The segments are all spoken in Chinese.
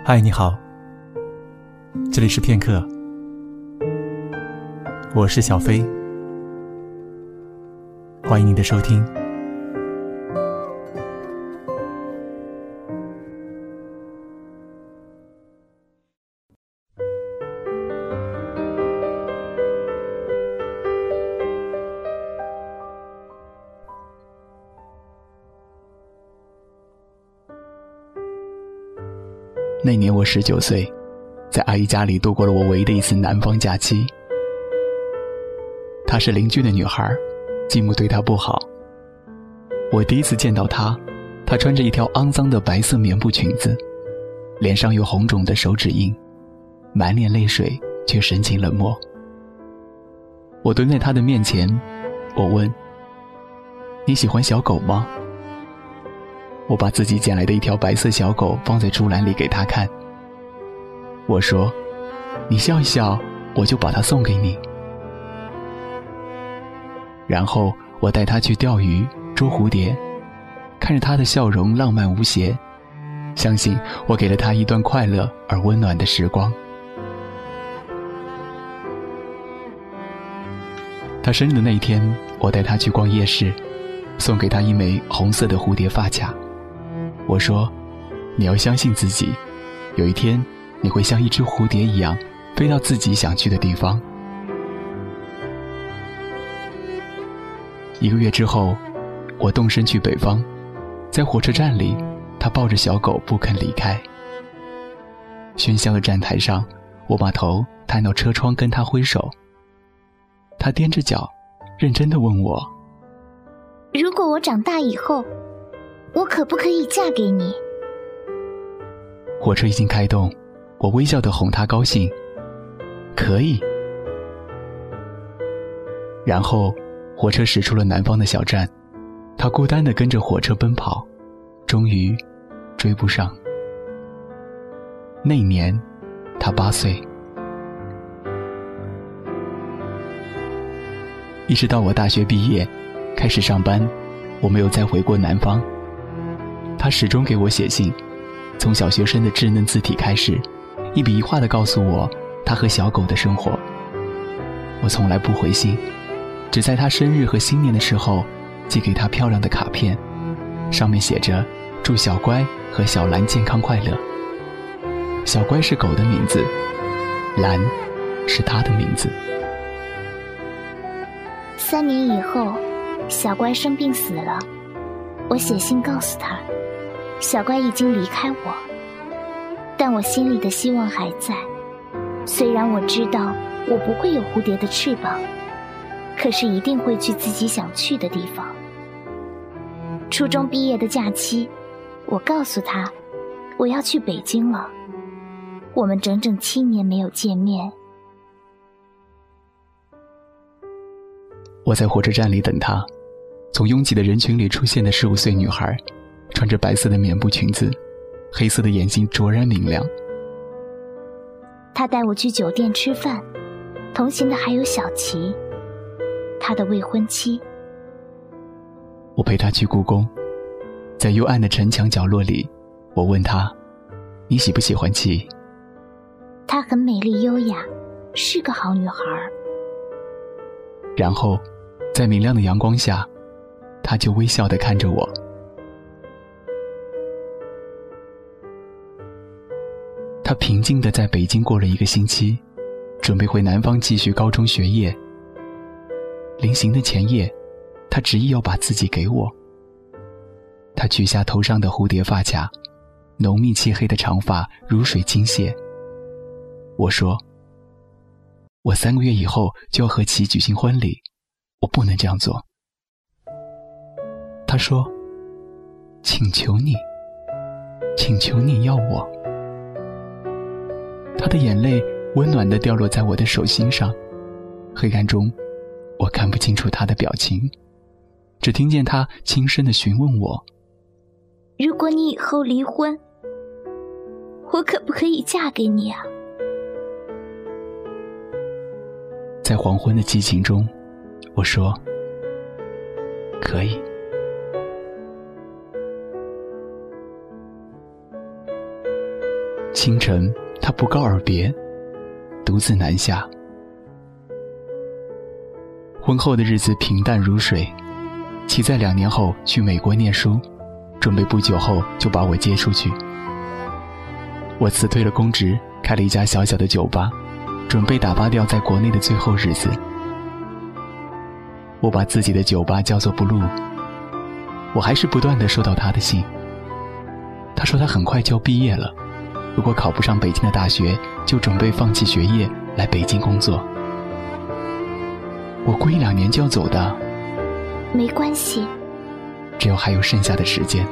嗨，你好，这里是片刻，我是小飞，欢迎您的收听。 那年我19岁，在阿姨家里度过了我唯一的一次南方假期。她是邻居的女孩，继母对她不好。我第一次见到她，她穿着一条肮脏的白色棉布裙子，脸上有红肿的手指印，满脸泪水却神情冷漠。我蹲在她的面前，我问：你喜欢小狗吗？我把自己捡来的一条白色小狗放在竹篮里给她看。我说：你笑一笑，我就把它送给你。然后我带她去钓鱼、捉蝴蝶，看着她的笑容浪漫无邪，相信我给了她一段快乐而温暖的时光。她生日的那一天，我带她去逛夜市，送给她一枚红色的蝴蝶发卡。我说：你要相信自己，有一天你会像一只蝴蝶一样飞到自己想去的地方。1个月之后，我动身去北方，在火车站里，他抱着小狗不肯离开。喧嚣的站台上，我把头探到车窗跟他挥手。他踮着脚，认真地问我： 如果我长大以后，我可不可以嫁给你？ 火车已经开动，我微笑地哄他高兴：可以。然后火车驶出了南方的小站，他孤单地跟着火车奔跑，终于追不上。那年他8岁。一直到我大学毕业开始上班，我没有再回过南方。他始终给我写信，从小学生的稚嫩字体开始，一笔一画地告诉我他和小狗的生活。我从来不回信，只在他生日和新年的时候寄给他漂亮的卡片，上面写着祝小乖和小蓝健康快乐。小乖是狗的名字，蓝是他的名字。 3年以后，小乖生病死了，我写信告诉他，小乖已经离开我，但我心里的希望还在。虽然我知道我不会有蝴蝶的翅膀，可是一定会去自己想去的地方。初中毕业的假期，我告诉他我要去北京了。我们整整7年没有见面。 我在火车站里等他，从拥挤的人群里出现的15岁女孩，穿着白色的棉布裙子，黑色的眼睛灼然明亮。 他带我去酒店吃饭，同行的还有小琪，他的未婚妻。 我陪他去故宫，在幽暗的城墙角落里，我问他：你喜不喜欢琪？ 她很美丽优雅，是个好女孩。 然后在明亮的阳光下，他就微笑地看着我。他平静地在北京过了1个星期，准备回南方继续高中学业。临行的前夜，他执意要把自己给我。他取下头上的蝴蝶发卡，浓密漆黑的长发如水倾泻。我说：我3个月以后就要和琪举行婚礼，我不能这样做。他说：请求你，请求你要我。他的眼泪温暖地掉落在我的手心上，黑暗中我看不清楚他的表情，只听见他轻声地询问我： 如果你以后离婚，我可不可以嫁给你啊？ 在黄昏的激情中，我说：可以。 清晨，他不告而别，独自南下。婚后的日子平淡如水，其在2年后去美国念书，准备不久后就把我接出去。我辞退了公职，开了一家小小的酒吧，准备打发掉在国内的最后日子。我把自己的酒吧叫做 Blue。 我还是不断地收到他的信，他说他很快就要毕业了，如果考不上北京的大学，就准备放弃学业来北京工作。我过1-2年就要走的。 没关系， 只有还有剩下的时间。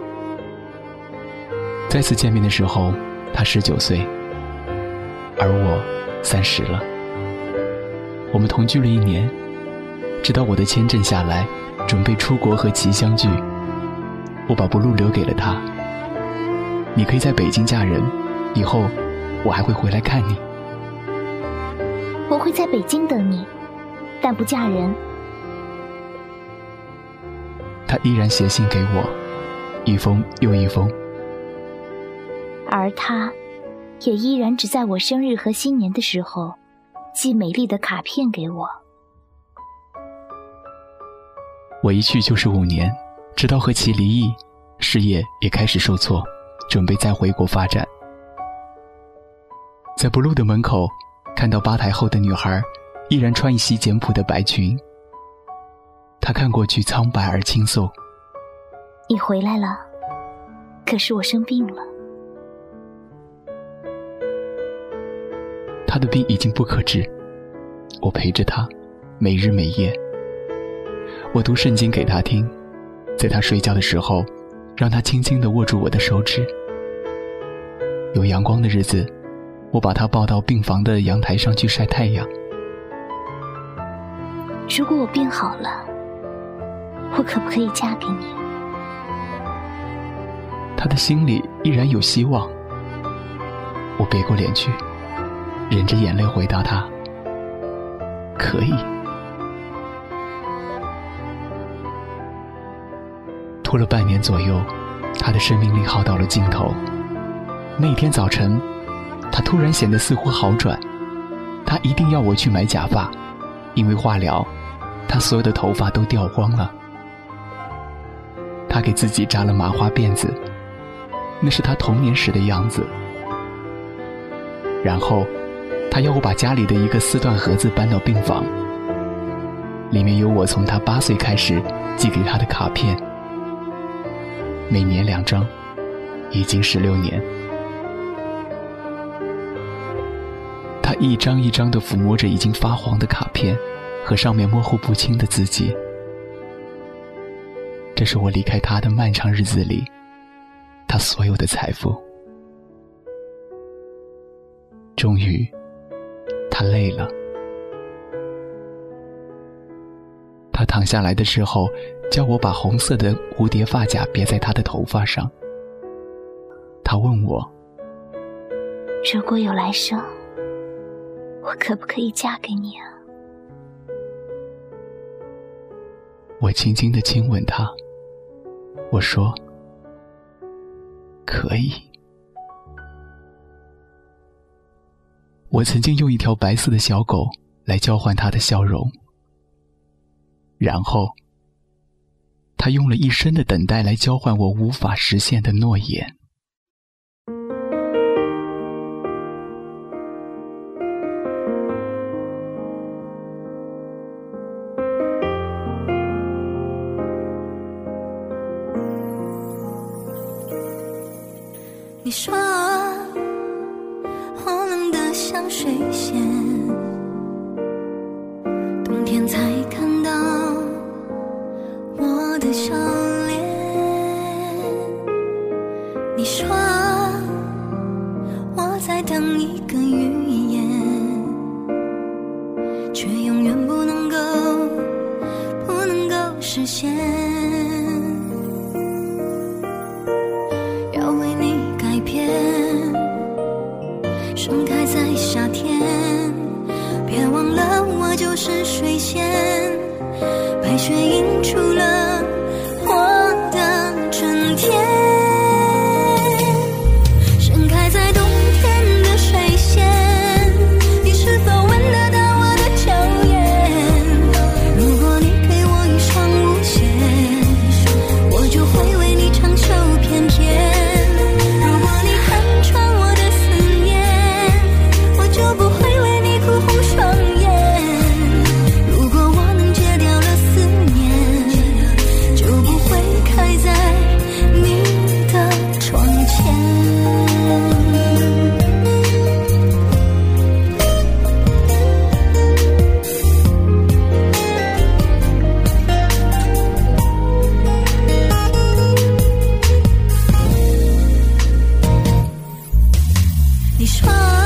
再次见面的时候，他19岁，而我30了。我们同居了1年，直到我的签证下来，准备出国和其相聚，我把Blue留给了他。你可以在北京嫁人，以后我还会回来看你。 我会在北京等你，但不嫁人。 他依然写信给我，一封又一封， 而他也依然只在我生日和新年的时候寄美丽的卡片给我。 我一去就是5年，直到和其离异，事业也开始受挫，准备再回国发展。在 Blue 的门口，看到吧台后的女孩依然穿一袭简朴的白裙，她看过去苍白而清秀。 你回来了，可是我生病了。 她的病已经不可治，我陪着她，每日每夜。我读圣经给她听，在她睡觉的时候，让她轻轻地握住我的手指。有阳光的日子，我把她抱到病房的阳台上去晒太阳。 如果我病好了，我可不可以嫁给你？ 她的心里依然有希望。我别过脸去，忍着眼泪回答她，可以。拖了半年左右，她的生命力耗到了尽头。那天早晨，她突然显得似乎好转，她一定要我去买假发，因为化疗，她所有的头发都掉光了。她给自己扎了麻花辫子，那是她童年时的样子。然后她要我把家里的一个丝缎盒子搬到病房，里面有我从她8岁开始寄给她的卡片，每年2张，已经16年。她一张一张地抚摸着已经发黄的卡片和上面模糊不清的字迹。这是我离开她的漫长日子里，她所有的财富。终于，她累了。她躺下来的时候，叫我把红色的蝴蝶发夹别在她的头发上。她问我， 如果有来生，我可不可以嫁给你啊？ 我轻轻地亲吻她，我说，可以。我曾经用一条白色的小狗来交换她的笑容，然后她用了一生的等待来交换我无法实现的诺言。 你说我冷得像水仙，冬天才看到我的笑脸。你说我在等一个预言，却永远不能够实现。要为你改变，盛开在夏天，别忘了我就是水仙，白雪映出了我的春天，盛开在冬天。 双。